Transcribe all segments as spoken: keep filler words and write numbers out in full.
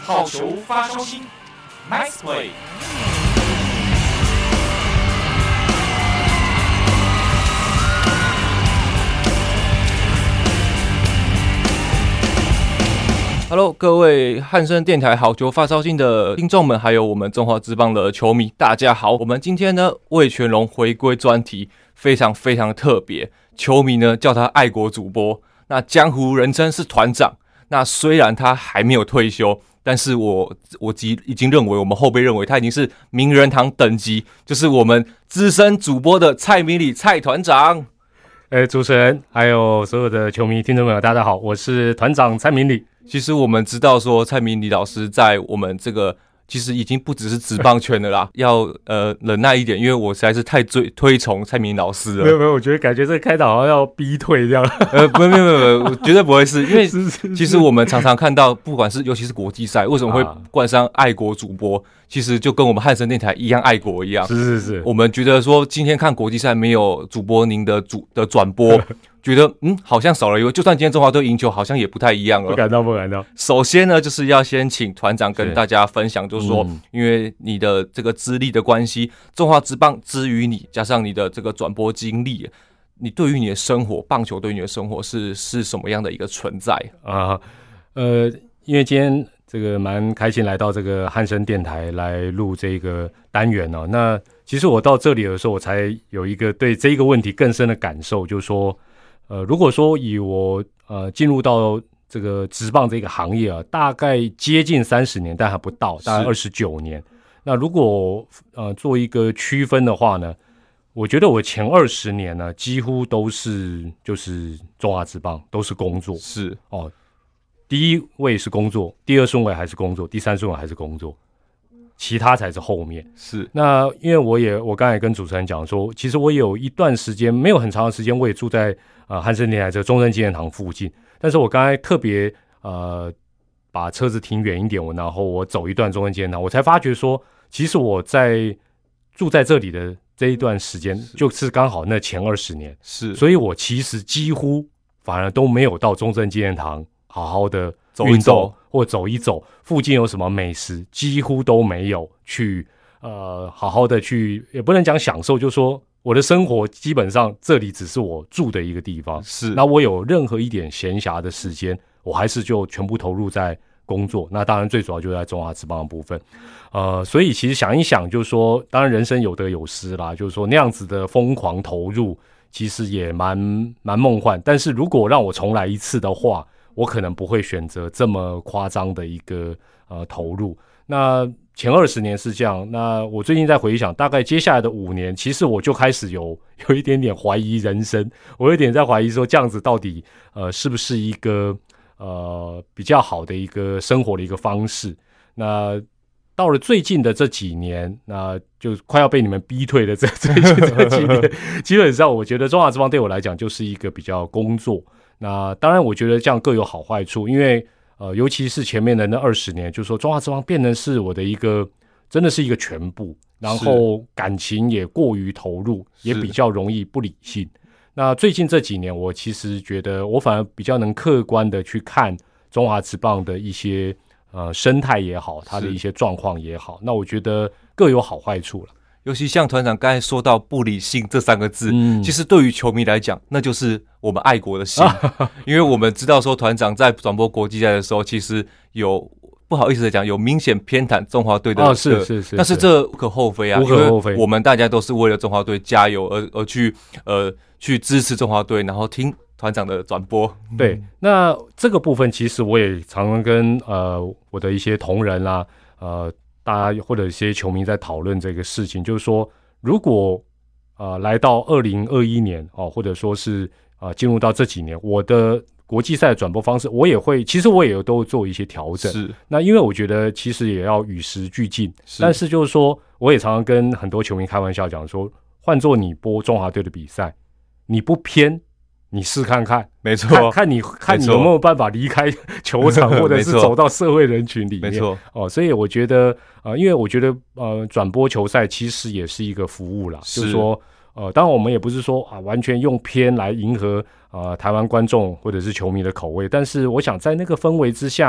好球发烧星 ，Nice play。 Hello， 各位汉声电台好球发烧星的听众们，还有我们中华职棒的球迷，大家好。我们今天呢，味全龙回归专题非常非常特别，球迷呢叫他爱国主播，那江湖人称是团长。那虽然他还没有退休，但是我我已经认为，我们后辈认为他已经是名人堂等级，就是我们资深主播的蔡明礼蔡团长。 哎，主持人还有所有的球迷听众朋友，大家好，我是团长蔡明礼。 其实我们知道说，蔡明礼老师在我们这个其实已经不只是职棒圈的啦，要呃忍耐一点，因为我实在是太追推崇蔡明礼老师了。 没有没有，我觉得感觉这个开导好像要逼退这样。 呃，没有没有没有，我绝对不会是，因为其实我们常常看到，不管是尤其是国际赛，为什么会冠上爱国主播？其实就跟我们汉声电台一样爱国一样。 是是是， 我们觉得说今天看国际赛没有主播您的主的转播。觉得嗯，好像少了一位，就算今天中华队赢球，好像也不太一样了。 不敢当，不敢当。 首先呢，就是要先请团长跟大家分享，就是说，嗯、因为你的这个资历的关系，中华职棒之于你，加上你的这个转播经历，你对于你的生活，棒球对于你的生活是是什么样的一个存在啊？呃，因为今天这个蛮开心来到这个汉声电台来录这个单元哦。那其实我到这里的时候，我才有一个对这个问题更深的感受，就是说。呃，如果说以我呃进入到这个职棒这个行业啊，大概接近三十年，但还不到，大概二十九年。那如果呃做一个区分的话呢，我觉得我前二十年呢，几乎都是就是中华职棒，都是工作。 是哦，第一位是工作，第二顺位还是工作，第三顺位还是工作。其他才是后面。 是那因为我也我刚才跟主持人讲说，其实我有一段时间没有很长的时间，我也住在呃汉声电台这个中正纪念堂附近。但是我刚才特别呃把车子停远一点，我然后我走一段中正纪念堂，我才发觉说，其实我在住在这里的这一段时间，就是刚好那前二十年。 是， 所以我其实几乎反而都没有到中正纪念堂好好的走一走或走一走，附近有什么美食几乎都没有去呃好好的去，也不能讲享受，就说我的生活基本上这里只是我住的一个地方。 是， 那我有任何一点闲暇的时间，我还是就全部投入在工作。那当然最主要就是在中华职棒的部分。呃，所以其实想一想，就是说，当然人生有得有失啦，就是说那样子的疯狂投入，其实也蛮蛮梦幻。但是如果让我重来一次的话，我可能不会选择这么夸张的一个呃投入。那前二十年是这样，那我最近在回想，大概接下来的五年，其实我就开始有有一点点怀疑人生，我有点在怀疑说，这样子到底呃是不是一个呃比较好的一个生活的一个方式？那到了最近的这几年，那就快要被你们逼退的这最近这几年，基本上我觉得中华职棒对我来讲就是一个比较工作。那当然我觉得这样各有好坏处，因为呃尤其是前面的那二十年，就是说中华职棒变成是我的一个真的是一个全部，然后感情也过于投入，也比较容易不理性。那最近这几年我其实觉得我反而比较能客观的去看中华职棒的一些呃生态也好，它的一些状况也好，那我觉得各有好坏处了。 尤其像团长刚才说到不理性这三个字，嗯，其实对于球迷来讲，那就是我们爱国的心，因为我们知道说团长在转播国际赛的时候，其实有不好意思的讲，有明显偏袒中华队的， 哦，是是是， 但是这无可厚非啊， 无可厚非， 因为我们大家都是为了中华队加油而而去呃去支持中华队，然后听团长的转播。 对，那这个部分其实我也常常跟呃我的一些同仁啦，呃。大家或者一些球迷在讨论这个事情，就是说，如果呃来到二零二一年哦，或者说是呃进入到这几年，我的国际赛的转播方式，我也会，其实我也有都做一些调整。 是， 那因为我觉得其实也要与时俱进，是但是就是说，我也常常跟很多球迷开玩笑讲说，换做你播中华队的比赛，你不偏。你试看看， 没错， 看看你看你有没有办法离开球场，或者是走到社会人群里面， 没错哦。所以我觉得，呃，因为我觉得，呃，转播球赛其实也是一个服务啦，是就是说，呃，当然我们也不是说啊完全用偏来迎合呃台湾观众或者是球迷的口味，但是我想在那个氛围之下，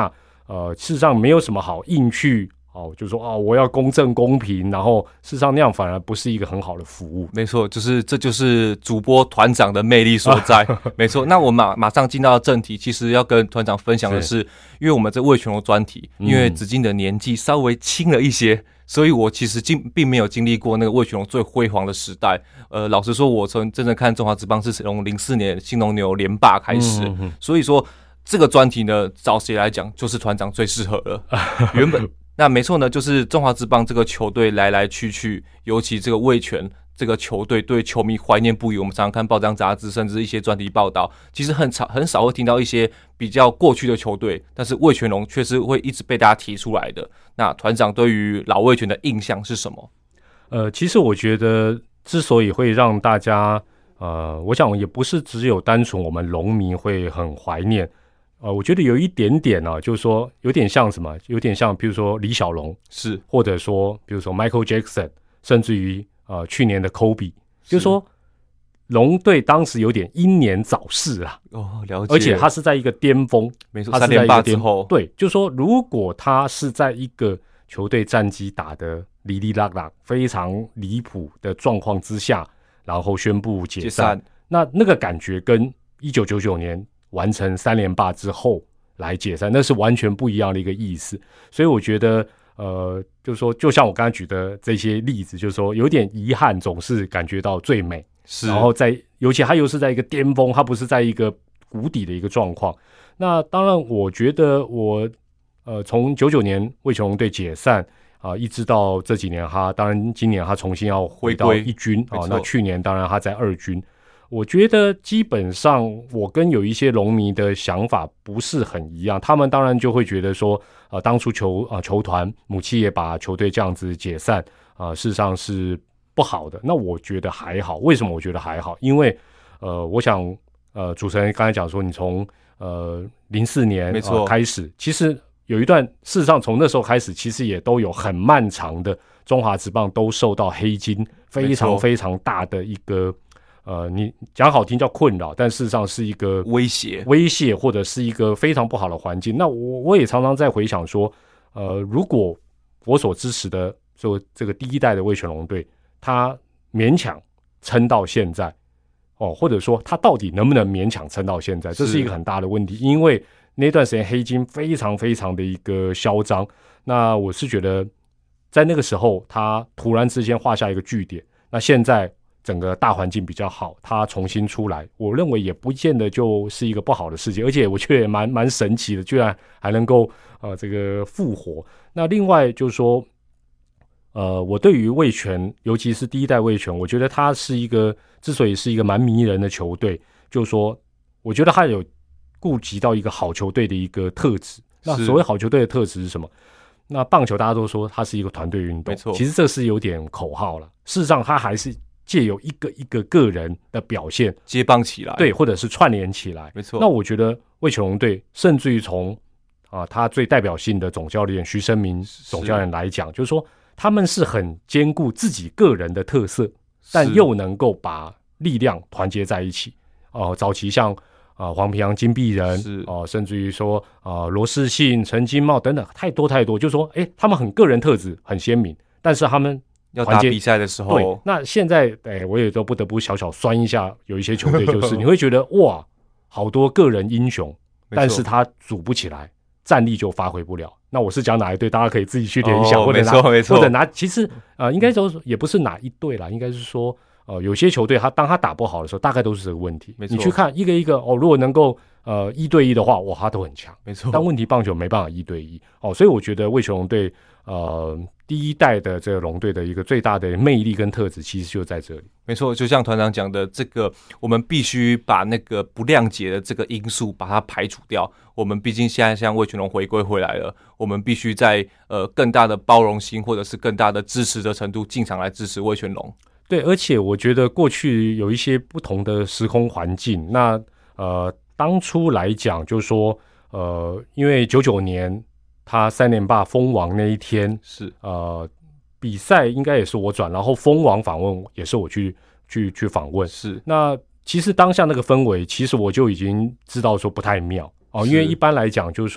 呃，事实上没有什么好硬去哦，就说哦，我要公正公平，然后事实上那样反而不是一个很好的服务。 没错，就是这就是主播团长的魅力所在。没错，那我马马上进到正题，其实要跟团长分享的是，是因为我们这魏全龙专题，因为子敬的年纪稍微轻了一些。嗯，所以我其实经并没有经历过那个魏全龙最辉煌的时代。呃，老实说，我从真正看中华职棒是从零四年兴农牛连霸开始，嗯嗯嗯，所以说这个专题呢，找谁来讲就是团长最适合了。原本那没错呢，就是中华职棒这个球队来来去去，尤其这个味全这个球队对球迷怀念不已。我们常常看报章杂志，甚至一些专题报道，其实很少很少会听到一些比较过去的球队，但是味全龙却是会一直被大家提出来的。那团长对于老味全的印象是什么？ 呃，其实我觉得之所以会让大家呃，我想也不是只有单纯我们龙迷会很怀念。呃，我觉得有一点点啊，就是说有点像什么，有点像比如说李小龙， 是， 或者说比如说 Michael Jackson， 甚至于呃去年的 Kobe， 就是说龙队当时有点英年早逝啊。 哦，了解。 而且他是在一个巅峰， 没错，三连霸之后， 对，就是说如果他是在一个球队战绩打得哩哩啦啦、非常离谱的状况之下，然后宣布解散，解散那那个感觉跟一九九九年完成三连霸之后来解散，那是完全不一样的一个意思。所以我觉得呃，就是说就像我刚才举的这些例子，就是说有点遗憾总是感觉到最美， 是， 然后在尤其他又是在一个巅峰，他不是在一个谷底的一个状况。那当然我觉得我呃从九九年味全龙队解散啊、呃，一直到这几年他当然今年他重新要回到一军啊、呃，那去年当然他在二军。我觉得基本上我跟有一些龙迷的想法不是很一样，他们当然就会觉得说呃当初球呃球团母企业把球队这样子解散啊、呃，事实上是不好的。那我觉得还好，为什么我觉得还好？因为呃我想呃主持人刚才讲说你从呃零四年没错、 呃、开始，其实有一段事实上从那时候开始其实也都有很漫长的中华职棒都受到黑金非常非常大的一个呃，你讲好听叫困扰，但事实上是一个威胁， 威胁或者是一个非常不好的环境。那我我也常常在回想说，呃，如果我所支持的就这个第一代的味全龙队，他勉强撑到现在，哦，或者说他到底能不能勉强撑到现在，这是一个很大的问题。因为那段时间黑金非常非常的一个嚣张，那我是觉得在那个时候他突然之间画下一个句点，那现在整个大环境比较好，他重新出来，我认为也不见得就是一个不好的事情，而且我觉得也蛮蛮神奇的，居然还能够呃这个复活。那另外就是说，呃，我对于味全，尤其是第一代味全，我觉得他是一个之所以是一个蛮迷人的球队，就是说，我觉得他有顾及到一个好球队的一个特质。那所谓好球队的特质是什么？那棒球大家都说它是一个团队运动， 没错， 其实这是有点口号了。事实上，它还是借由一个一个个人的表现接棒起来， 对，或者是串联起来， 没错。 那我觉得味全龙队，甚至于从啊他最代表性的总教练徐生明总教练来讲，就是说他们是很兼顾自己个人的特色，但又能够把力量团结在一起。哦、呃，早期像啊、呃、黄平洋金臂人哦、呃，甚至于说啊、呃、罗世信、陈金茂等等，太多太多，就是说，哎，他们很个人特质很鲜明，但是他们要打比赛的时候， 对，那现在哎，我也都不得不小小酸一下，有一些球队就是你会觉得哇，好多个人英雄，但是他组不起来，战力就发挥不了。那我是讲哪一队，大家可以自己去联想， 哦、 或者拿没错没错， 或者拿，其实呃，应该说也不是哪一队啦，应该是说呃，有些球队他当他打不好的时候，大概都是这个问题。 没错， 你去看一个一个哦，如果能够呃一对一的话，哇，他都很强。 没错， 但问题棒球没办法一对一哦，所以我觉得味全龙队呃。第一代的这个龙队的一个最大的魅力跟特质，其实就在这里。 没错，就像团长讲的，这个我们必须把那个不谅解的这个因素把它排除掉。我们毕竟现在像味全龙回归回来了，我们必须在呃更大的包容心或者是更大的支持的程度进场来支持味全龙。 对，而且我觉得过去有一些不同的时空环境。那呃，当初来讲，就是说呃，因为九九年。他三连霸封王那一天是呃比赛应该也是我转，然后封王访问也是我去去去访问。 是那其实当下那个氛围，其实我就已经知道说不太妙哦，因为一般来讲就是说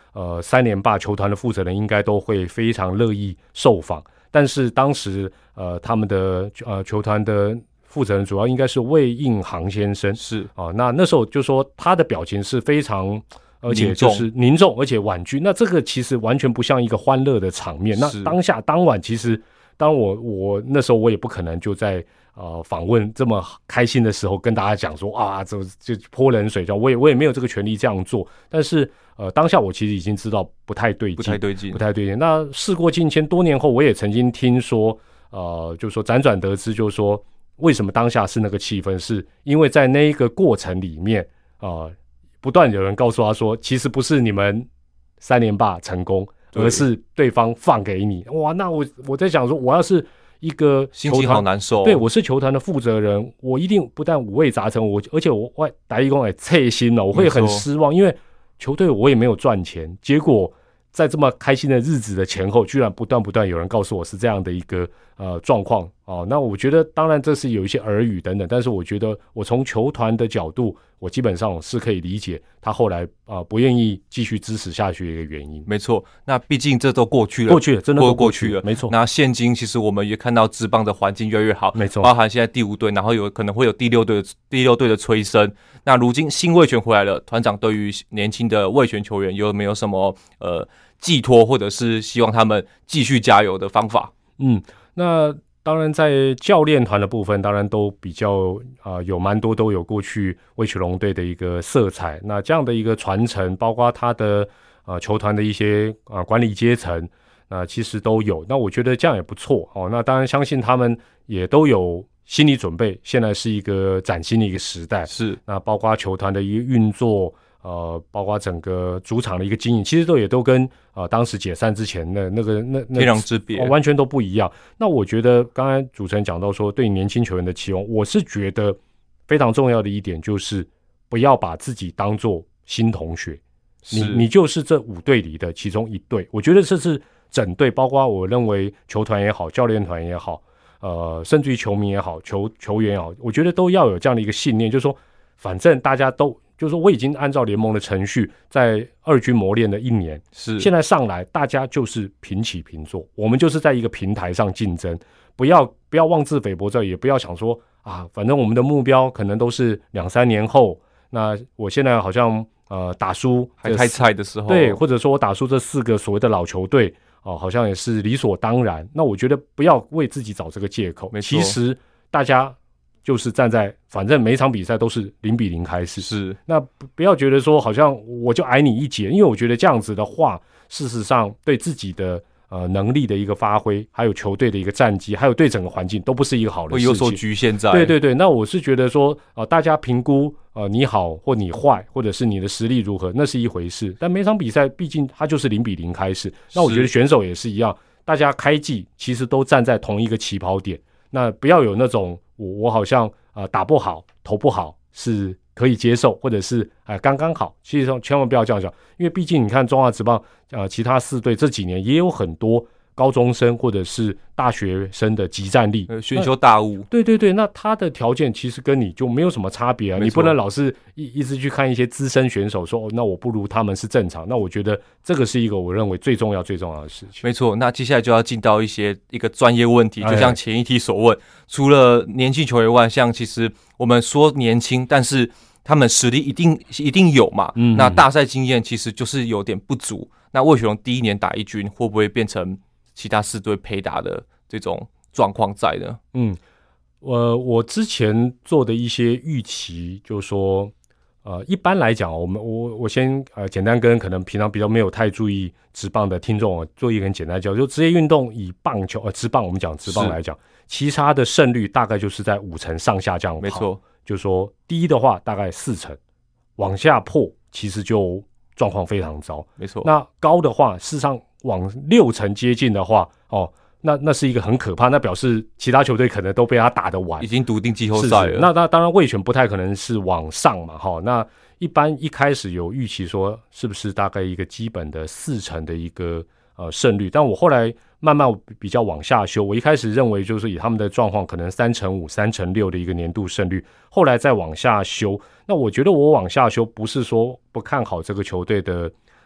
呃三连霸球团的负责人应该都会非常乐意受访。但是当时呃他们的呃球团的负责人主要应该是魏应航先生， 是啊、呃，那那时候就说他的表情是非常。而且就是凝重，而且婉拒。那这个其实完全不像一个欢乐的场面。那当下当晚，其实当我我那时候我也不可能就在呃访问这么开心的时候跟大家讲说啊，这就泼冷水，我也我也没有这个权利这样做。但是呃当下我其实已经知道不太对劲， 不太对劲， 不太对劲。那事过境迁，多年后我也曾经听说，呃，就是说辗转得知，就是说为什么当下是那个气氛，是因为在那一个过程里面啊。呃不断有人告诉他说，其实不是你们三连霸成功，而是对方放给你。哇，那我我在想说，我要是一个心情好难受。 对，我是球团的负责人，我一定不但五味杂陈，我而且我我打一工也刺心了，我会很失望，因为球队我也没有赚钱，结果在这么开心的日子的前后，居然不断不断有人告诉我是这样的一个呃状况哦。那我觉得，当然这是有一些耳语等等，但是我觉得我从球团的角度，我基本上是可以理解他后来啊、呃、不愿意继续支持下去的一个原因。 没错，那毕竟这都过去了， 过去了，真的都过去了， 没错。 那现今其实我们也看到职棒的环境越来越好， 没错， 包含现在第五队，然后有可能会有第六队第六队的催生。那如今新味全回来了，团长对于年轻的味全球员有没有什么呃寄托，或者是希望他们继续加油的方法？ 嗯，那当然在教练团的部分，当然都比较啊、呃、有蛮多都有过去味全龙队的一个色彩。那这样的一个传承，包括他的呃球团的一些啊、呃、管理阶层，那、呃、其实都有。那我觉得这样也不错哦。那当然相信他们也都有心理准备，现在是一个崭新的一个时代。 是， 那包括球团的一个运作。呃，包括整个主场的一个经营，其实都也都跟呃当时解散之前的那个那那天壤之别、 哦，完全都不一样。那我觉得刚才主持人讲到说对年轻球员的期望，我是觉得非常重要的一点就是不要把自己当作新同学，你你就是这五队里的其中一队。我觉得这是整队，包括我认为球团也好，教练团也好，呃，甚至于球迷也好，球球员也好，我觉得都要有这样的一个信念，就是说，反正大家都。就是说，我已经按照联盟的程序，在二军磨练了一年， 是现在上来，大家就是平起平坐，我们就是在一个平台上竞争，不要不要妄自菲薄，这也不要想说啊，反正我们的目标可能都是两三年后，那我现在好像呃打输还太菜的时候， 对，或者说我打输这四个所谓的老球队哦、呃，好像也是理所当然。那我觉得不要为自己找这个借口，其实大家。就是站在反正每一场比赛都是零比零开始， 是那不要觉得说好像我就矮你一截，因为我觉得这样子的话，事实上对自己的呃能力的一个发挥，还有球队的一个战绩，还有对整个环境都不是一个好的事情， 会有所局限在。 对对对，那我是觉得说呃大家评估呃你好或你坏，或者是你的实力如何，那是一回事，但每场比赛毕竟它就是零比零开始，那我觉得选手也是一样，大家开季其实都站在同一个起跑点，那不要有那种我我好像。呃，打不好，投不好是可以接受，或者是呃刚刚好。其实千万不要这样想，因为毕竟你看中华职棒呃其他四队这几年也有很多高中生或者是大学生的即战力， 呃，选修大物。 对对对，那他的条件其实跟你就没有什么差别啊，你不能老是一一直去看一些资深选手说哦，那我不如他们是正常。那我觉得这个是一个我认为最重要最重要的事情。 没错，那接下来就要进到一些一个专业问题，就像前一题所问，哎、除了年轻球员外，像其实我们说年轻，但是他们实力一定一定有嘛，嗯，那大赛经验其实就是有点不足。那味全龙第一年打一军，会不会变成其他四队陪打的这种状况在呢？ 嗯，我我之前做的一些预期，就是说，呃，一般来讲，我们我我先呃简单跟可能平常比较没有太注意职棒的听众做一个很简单的教育，就职业运动以棒球呃职棒我们讲职棒来讲，其他的胜率大概就是在五成上下这样跑， 没错， 就是说低的话大概四成，往下破其实就状况非常糟， 没错。 那高的话，事实上往六成接近的话，哦。那那是一个很可怕，那表示其他球队可能都被他打得完， 已经笃定季后赛了。 是是那那当然味全不太可能是往上嘛，哈。那一般一开始有预期说是不是大概一个基本的四成的一个呃胜率，但我后来慢慢比较往下修，我一开始认为就是以他们的状况可能三成五、三成六的一个年度胜率，后来再往下修。那我觉得我往下修不是说不看好这个球队的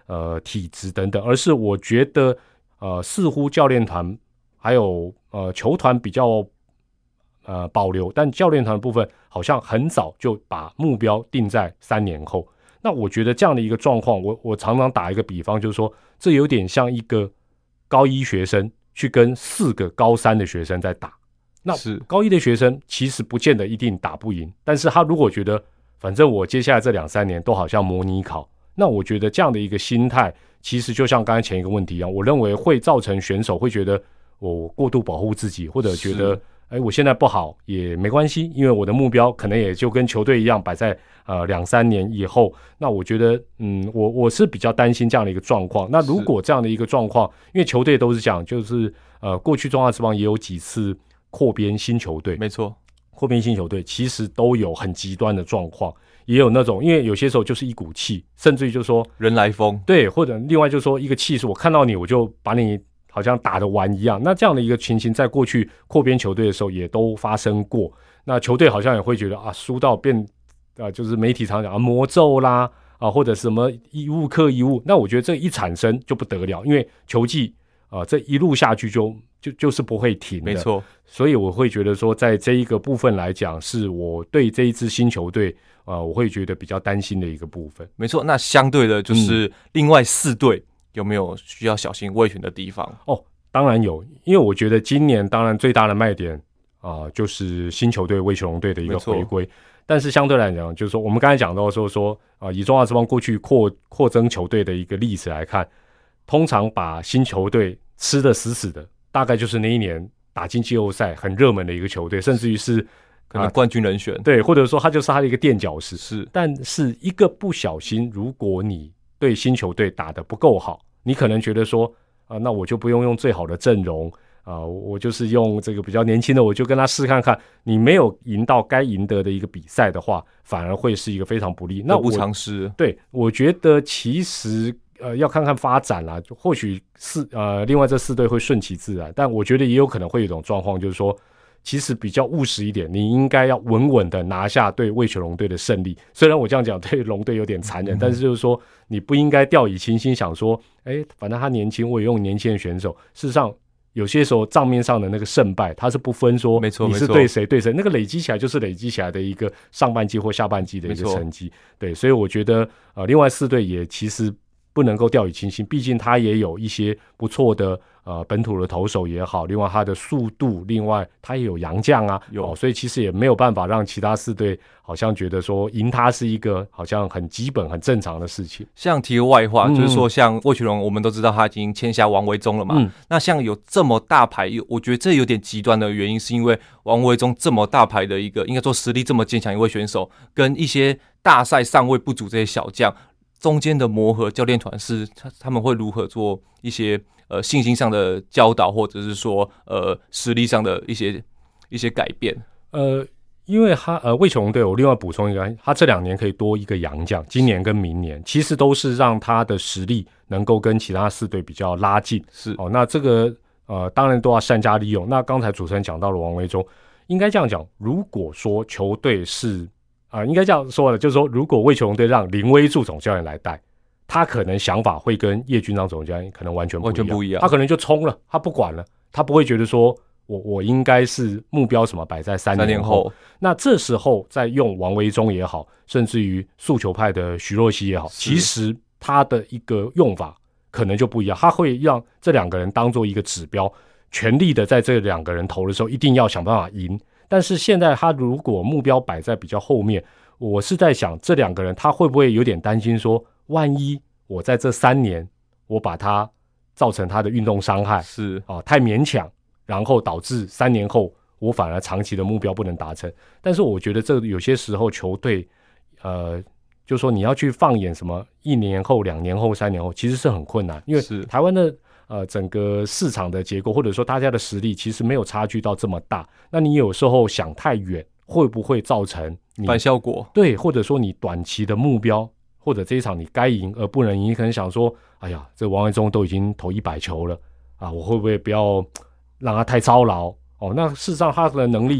呃体质等等，而是我觉得呃似乎教练团还有呃球团比较呃保留，但教练团的部分好像很早就把目标定在三年后。那我觉得这样的一个状况，我我常常打一个比方，就是说这有点像一个高一学生去跟四个高三的学生在打。那高一的学生其实不见得一定打不赢，但是他如果觉得反正我接下来这两三年都好像模拟考，那我觉得这样的一个心态其实就像刚才前一个问题一样，我认为会造成选手会觉得我过度保护自己，或者觉得哎，我现在不好也没关系，因为我的目标可能也就跟球队一样摆在呃两三年以后。那我觉得嗯我我是比较担心这样的一个状况。那如果这样的一个状况，因为球队都是这样，就是呃过去中华职棒也有几次扩编新球队， 没错， 扩编新球队其实都有很极端的状况，也有那种因为有些时候就是一股气，甚至于就说人来疯， 对，或者另外就说一个气是我看到你我就把你好像打得完一样。那这样的一个情形在过去扩编球队的时候也都发生过。那球队好像也会觉得啊，输到变啊，就是媒体常讲啊魔咒啦啊，或者什么一物克一物。那我觉得这一产生就不得了，因为球季啊这一路下去就就就是不会停的， 没错。 所以我会觉得说，在这一个部分来讲，是我对这一支新球队呃，我会觉得比较担心的一个部分。 没错。那相对的就是另外四队有没有需要小心味全的地方？ 哦，当然有，因为我觉得今年当然最大的卖点啊、呃，就是新球队味全龙队的一个回归。但是相对来讲，就是说我们刚才讲到说说啊、呃，以中华职棒过去扩扩增球队的一个历史来看，通常把新球队吃得死死的，大概就是那一年打进季后赛很热门的一个球队，甚至于是可能冠军人选、啊， 对，或者说他就是他的一个垫脚石。 是， 但是一个不小心，如果你对新球队打得不够好，你可能觉得说啊、呃，那我就不用用最好的阵容啊、呃，我就是用这个比较年轻的，我就跟他试看看。你没有赢到该赢得的一个比赛的话，反而会是一个非常不利。那不偿失。 对，我觉得其实。呃，要看看发展啦，或许是呃，另外这四队会顺其自然，但我觉得也有可能会有一种状况，就是说，其实比较务实一点，你应该要稳稳的拿下对味全龙队的胜利。虽然我这样讲对龙队有点残忍、嗯，但是就是说，你不应该掉以轻心，想说，哎，反正他年轻，我也用年轻的选手。事实上，有些时候账面上的那个胜败，他是不分说， 没错， 你是对谁对谁，那个累积起来就是累积起来的一个上半季或下半季的一个成绩。对，所以我觉得呃，另外四队也其实。不能够掉以轻心，毕竟他也有一些不错的呃本土的投手也好，另外他的速度，另外他也有洋将啊，有、哦，所以其实也没有办法让其他四队好像觉得说赢他是一个好像很基本很正常的事情。 像题外话、嗯、就是说像味全龙我们都知道他已经签下王维忠了嘛、嗯、那像有这么大牌，我觉得这有点极端的原因是因为王维忠这么大牌的一个应该说实力这么坚强一位选手，跟一些大赛尚未不足这些小将中间的磨合，教练团是他们会如何做一些呃信心上的教导，或者是说呃实力上的一些一些改变？ 呃，因为他呃味全龙队，我另外补充一个，他这两年可以多一个洋将，今年跟明年其实都是让他的实力能够跟其他四队比较拉近。 是哦，那这个呃当然都要善加利用。那刚才主持人讲到了王维忠，应该这样讲，如果说球队是。啊、呃，应该这样说的，就是说，如果味全龙队让林威助总教练来带，他可能想法会跟叶军章总教练可能完全不一样， 完全不一样。 他可能就冲了，他不管了，他不会觉得说我我应该是目标什么摆在三年后。 三年后， 那这时候再用王维忠也好，甚至于速球派的徐若曦也好，其实他的一个用法可能就不一样，他会让这两个人当做一个指标，全力的在这两个人投的时候，一定要想办法赢。但是现在他如果目标摆在比较后面，我是在想这两个人他会不会有点担心说，万一我在这三年我把他造成他的运动伤害是啊太勉强，然后导致三年后我反而长期的目标不能达成。但是我觉得这有些时候球队呃就说你要去放眼什么一年后两年后三年后其实是很困难，因为台湾的呃，整个市场的结构，或者说大家的实力，其实没有差距到这么大。那你有时候想太远，会不会造成你反效果？对， 或者说你短期的目标，或者这一场你该赢而不能赢，你可能想说，哎呀，这王维忠都已经投一百球了啊，我会不会不要让他太操劳？哦，那事实上他的能力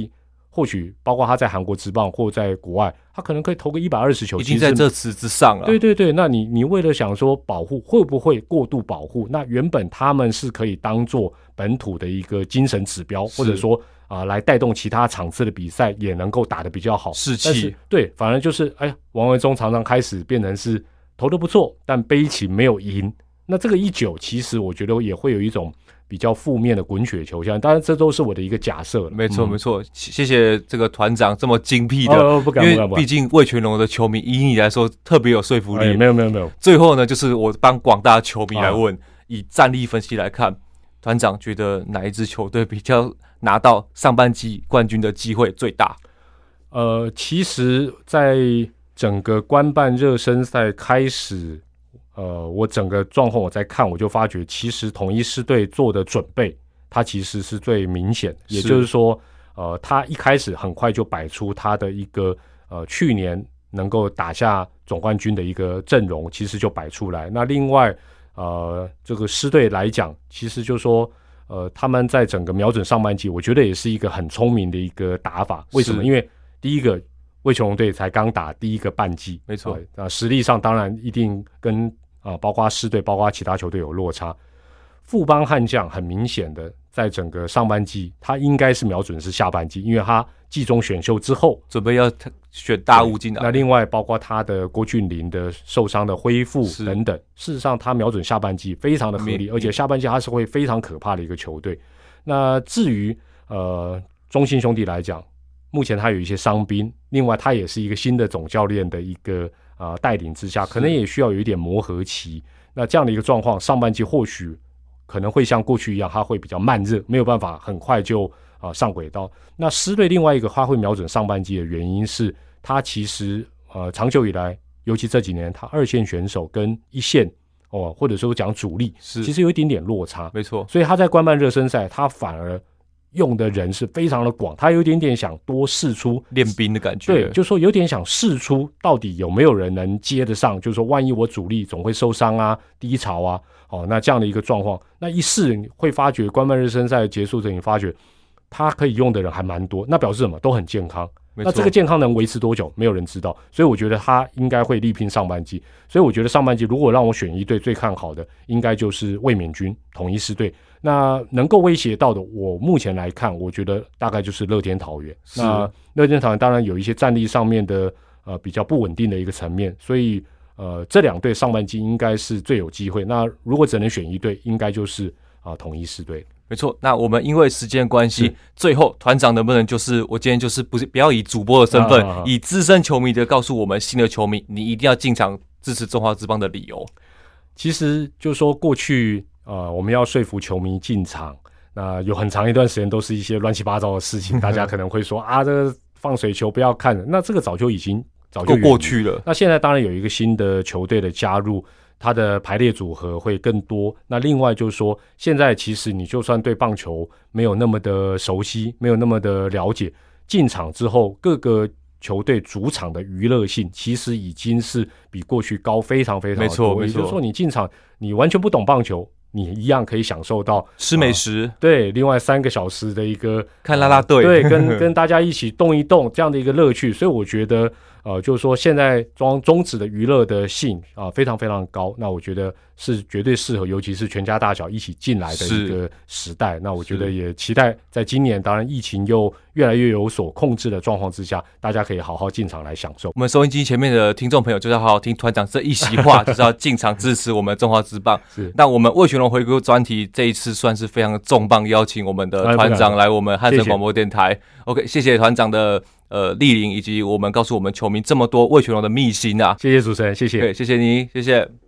或许包括他在韩国职棒或在国外，他可能可以投个一百二十球， 已经在这池之上了。 对对对，那你你为了想说保护，会不会过度保护？那原本他们是可以当做本土的一个精神指标，或者说啊、呃、来带动其他场次的比赛也能够打得比较好， 士气。 对，反而就是哎，王维忠常常开始变成是投得不错，但悲情没有赢。那这个一久，其实我觉得也会有一种比较负面的滚雪球，像当然这都是我的一个假设。 没错、嗯、没错，谢谢这个团长这么精辟的， 哦、不敢因为毕竟味全龙的球迷以你来说特别有说服力。 哎、没有没有没有。 最后呢，就是我帮广大球迷来问，啊、以战力分析来看，团长觉得哪一支球队比较拿到上半季冠军的机会最大？ 呃，其实，在整个官办热身赛开始。呃，我整个状况我在看，我就发觉其实统一狮队做的准备，它其实是最明显的，也就是说，呃，他一开始很快就摆出他的一个呃去年能够打下总冠军的一个阵容，其实就摆出来。那另外，呃，这个狮队来讲，其实就说，呃，他们在整个瞄准上半季，我觉得也是一个很聪明的一个打法。为什么？因为第一个，味全龙队才刚打第一个半季， 没错， 呃，实力上当然一定跟啊、呃，包括狮队，包括其他球队有落差。富邦悍将很明显的，在整个上半季，他应该是瞄准是下半季，因为他季中选秀之后准备要选大物进来。 那另外包括他的郭俊麟的受伤的恢复等等，事实上他瞄准下半季非常的合理，而且下半季他是会非常可怕的一个球队。那至于呃中信兄弟来讲，目前他有一些伤兵，另外他也是一个新的总教练的一个呃带领之下，可能也需要有一点磨合期。那这样的一个状况，上半季或许可能会像过去一样，他会比较慢热，没有办法很快就啊、呃、上轨道。那狮队另外一个他会瞄准上半季的原因是，他其实呃长久以来，尤其这几年，他二线选手跟一线哦，或者说讲主力，其实有一点点落差， 没错。 所以他在官办热身赛，他反而用的人是非常的广，他有一点点想多试出练兵的感觉， 对，就是说有点想试出到底有没有人能接得上，就是说万一我主力总会受伤啊、低潮啊，哦，那这样的一个状况，那一试你会发觉官办热身赛结束之后，你发觉他可以用的人还蛮多，那表示什么？都很健康。那这个健康能维持多久？没有人知道，所以我觉得他应该会力拼上半季。所以我觉得上半季如果让我选一队最看好的，应该就是卫冕军统一狮队。那能够威胁到的，我目前来看，我觉得大概就是乐天桃园。那乐天桃园当然有一些战力上面的呃比较不稳定的一个层面，所以呃这两队上半季应该是最有机会。那如果只能选一队，应该就是啊、呃、统一狮队。 没错，那我们因为时间关系，最后团长能不能就是我今天就是不是不要以主播的身份，啊啊啊以资深球迷的告诉我们新的球迷，你一定要进场支持中华职棒的理由。 其实就说过去呃我们要说服球迷进场，那有很长一段时间都是一些乱七八糟的事情，大家可能会说啊这个放水球不要看了，那这个早就已经早就过去了。 那现在当然有一个新的球队的加入，它的排列组合会更多。那另外就是说，现在其实你就算对棒球没有那么的熟悉，没有那么的了解，进场之后各个球队主场的娱乐性其实已经是比过去高非常非常的多。 没错，没错。 也就是说，你进场你完全不懂棒球，你一样可以享受到吃美食、呃， 对，另外三个小时的一个看啦啦队， 呃、对，跟跟大家一起动一动这样的一个乐趣。所以我觉得。呃，就是说现在中中职的娱乐的性啊、呃、非常非常高，那我觉得是绝对适合，尤其是全家大小一起进来的一个时代。那我觉得也期待在今年，当然疫情又越来越有所控制的状况之下，大家可以好好进场来享受。 我们收音机前面的听众朋友就是要好好听团长这一席话，就是要进场支持我们中华职棒。是，那我们味全龙回归专题这一次算是非常重磅，邀请我们的团长来我们汉声广播电台。谢谢 OK， 谢谢团长的。呃，莅临以及我们告诉我们球迷这么多味全龙的秘辛啊！ 谢谢主持人，谢谢， 对，谢谢你，谢谢。